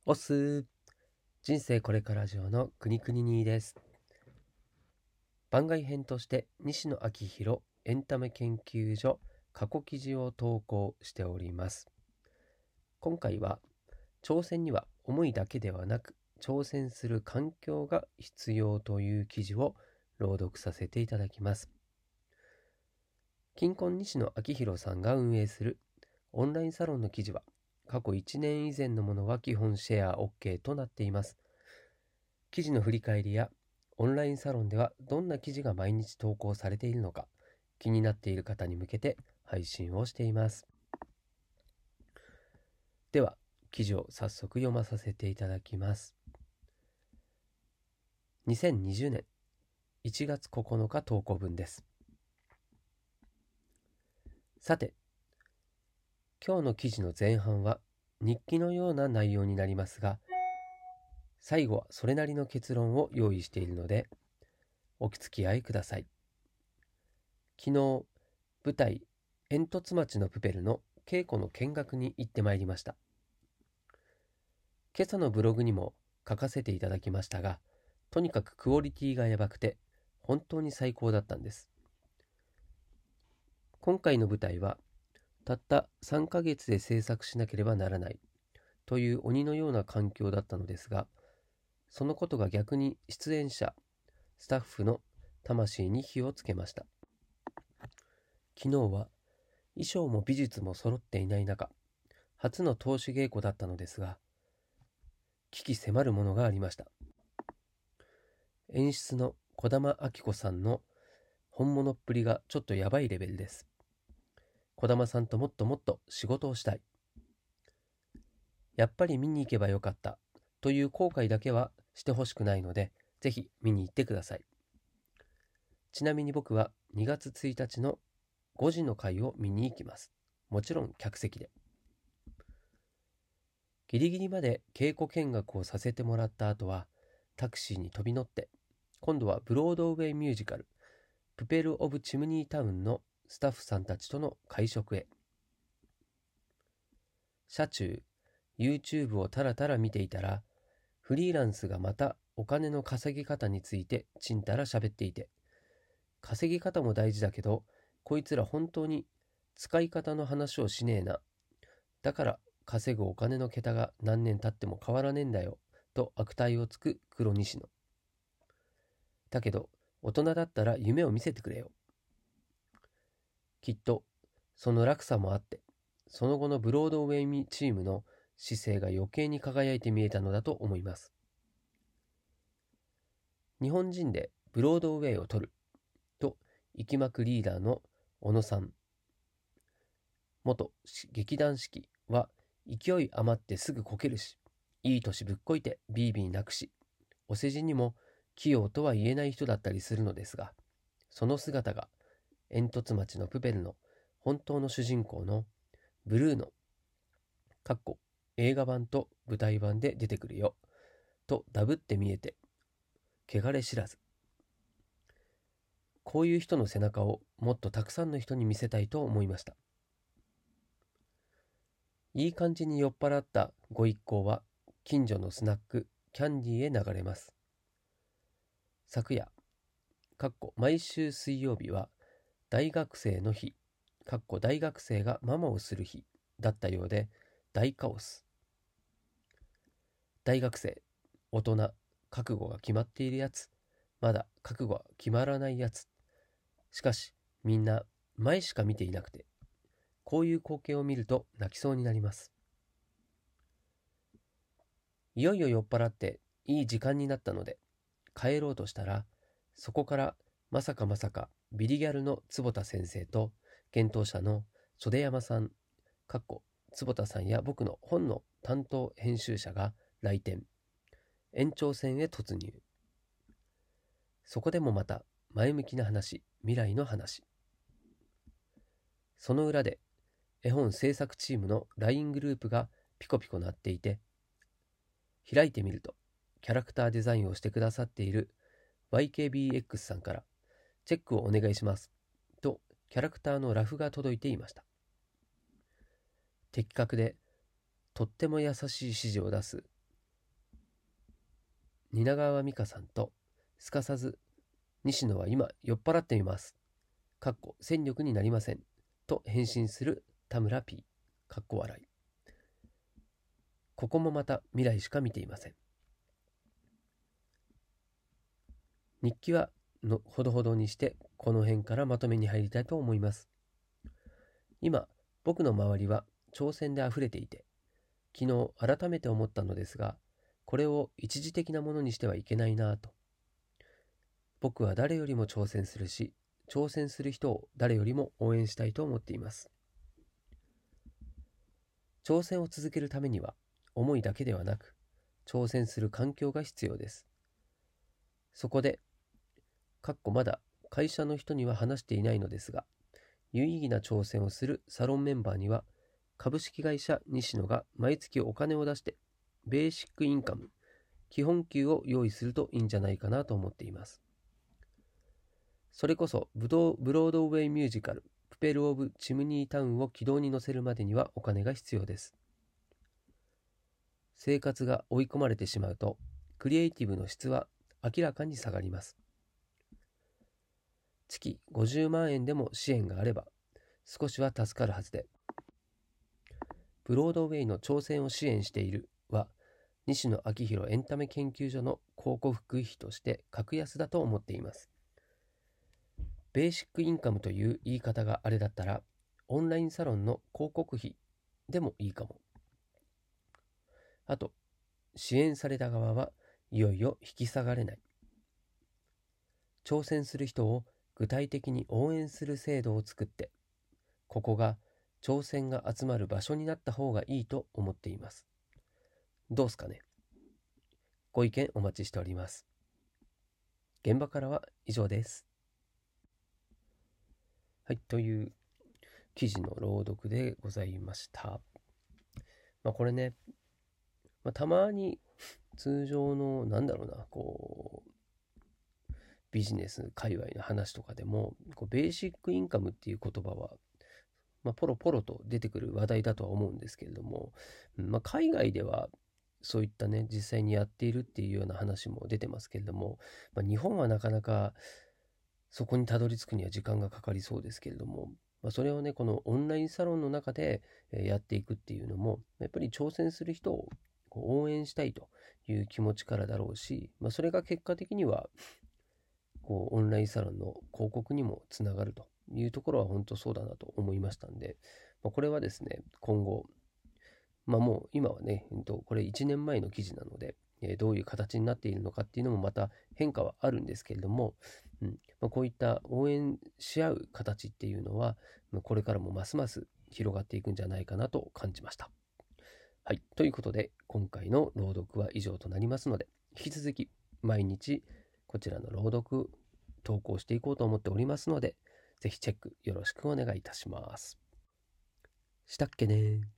おっすー。人生これから上のくにくににです。番外編として西野昭弘エンタメ研究所過去記事を投稿しております。今回は挑戦には思いだけではなく挑戦する環境が必要という記事を朗読させていただきます。近婚西野昭弘さんが運営するオンラインサロンの記事は過去1年以前のものは基本シェア OK となっています。記事の振り返りやオンラインサロンではどんな記事が毎日投稿されているのか気になっている方に向けて配信をしています。では記事を早速読まさせていただきます。2020年1月9日投稿分です。さて、今日の記事の前半は日記のような内容になりますが、最後はそれなりの結論を用意しているのでお付き合いください。昨日、舞台煙突町のプペルの稽古の見学に行ってまいりました。今朝のブログにも書かせていただきましたが、とにかくクオリティがやばくて本当に最高だったんです。今回の舞台はたった3ヶ月で制作しなければならないという鬼のような環境だったのですが、そのことが逆に出演者、スタッフの魂に火をつけました。昨日は衣装も美術も揃っていない中、初の通し稽古だったのですが、鬼気迫るものがありました。演出の児玉明子さんの本物っぷりがちょっとやばいレベルです。児玉さんともっともっと仕事をしたい。やっぱり見に行けばよかったという後悔だけはしてほしくないので、ぜひ見に行ってください。ちなみに僕は2月1日の5時の回を見に行きます。もちろん客席で。ギリギリまで稽古見学をさせてもらった後は、タクシーに飛び乗って、今度はブロードウェイミュージカル、プペル・オブ・チムニータウンのスタッフさんたちとの会食へ。車中、YouTube をたらたら見ていたら、フリーランスがまたお金の稼ぎ方についてちんたら喋っていて、稼ぎ方も大事だけど、こいつら本当に使い方の話をしねえな。だから稼ぐお金の桁が何年経っても変わらねえんだよ、と悪態をつく黒西野。だけど、大人だったら夢を見せてくれよ。きっと、その落差もあって、その後のブロードウェイチームの姿勢が余計に輝いて見えたのだと思います。日本人でブロードウェイを取ると息巻くリーダーの小野さん。元劇団四季は勢い余ってすぐこけるし、いい年ぶっこいてビービー泣くし、お世辞にも器用とは言えない人だったりするのですが、その姿が煙突町のプペルの本当の主人公のブルーノ映画版と舞台版で出てくるよとダブって見えて、汚れ知らず。こういう人の背中をもっとたくさんの人に見せたいと思いました。いい感じに酔っ払ったご一行は近所のスナックキャンディーへ流れます。昨夜、毎週水曜日は大学生の日、大学生がママをする日だったようで大カオス。大学生、大人、覚悟が決まっているやつ、まだ覚悟が決まらないやつ。しかしみんな前しか見ていなくて、こういう光景を見ると泣きそうになります。いよいよ酔っ払っていい時間になったので帰ろうとしたら、そこからまさかビリギャルの坪田先生と幻冬舎の袖山さん坪田さんや僕の本の担当編集者が来店。延長戦へ突入。そこでもまた前向きな話、未来の話。その裏で絵本制作チームの LINE グループがピコピコ鳴っていて、開いてみるとキャラクターデザインをしてくださっている YKBX さんからチェックをお願いしますとキャラクターのラフが届いていました。的確でとっても優しい指示を出す蜷川美香さんとすかさず西野は今酔っ払っています。戦力になりません。と返信する田村 P。笑い。ここもまた未来しか見ていません。日記はほどほどにしてこの辺からまとめに入りたいと思います。今、僕の周りは挑戦であふれていて、昨日改めて思ったのですが、これを一時的なものにしてはいけないなぁと。僕は誰よりも挑戦するし、挑戦する人を誰よりも応援したいと思っています。挑戦を続けるためには、思いだけではなく、挑戦する環境が必要です。そこで、まだ会社の人には話していないのですが、有意義な挑戦をするサロンメンバーには、株式会社西野が毎月お金を出して、ベーシックインカム、基本給を用意するといいんじゃないかなと思っています。それこそブロードウェイミュージカル、プペル・オブ・チムニータウンを軌道に乗せるまでにはお金が必要です。生活が追い込まれてしまうと、クリエイティブの質は明らかに下がります。月50万円でも支援があれば、少しは助かるはずで、ブロードウェイの挑戦を支援しているは、西野昭弘エンタメ研究所の広告費として格安だと思っています。ベーシックインカムという言い方があれだったら、オンラインサロンの広告費でもいいかも。あと、支援された側はいよいよ引き下がれない。挑戦する人を具体的に応援する制度を作って、ここが挑戦が集まる場所になった方がいいと思っています。どうすかね。ご意見お待ちしております。現場からは以上です。はい、という記事の朗読でございました。これね、たまに通常のビジネス界隈の話とかでもベーシックインカムっていう言葉は、ポロポロと出てくる話題だとは思うんですけれども、海外ではそういったね、実際にやっているっていうような話も出てますけれども、日本はなかなかそこにたどり着くには時間がかかりそうですけれども、それをね、このオンラインサロンの中でやっていくっていうのも、やっぱり挑戦する人を応援したいという気持ちからだろうし、それが結果的にはオンラインサロンの広告にもつながるというところは本当そうだなと思いましたんで、これはですね、今後、もう今はね、これ1年前の記事なので、どういう形になっているのかっていうのもまた変化はあるんですけれども、こういった応援し合う形っていうのは、これからもますます広がっていくんじゃないかなと感じました。はい。ということで、今回の朗読は以上となりますので、引き続き毎日こちらの朗読投稿していこうと思っておりますので、ぜひチェックよろしくお願いいたします。したっけね。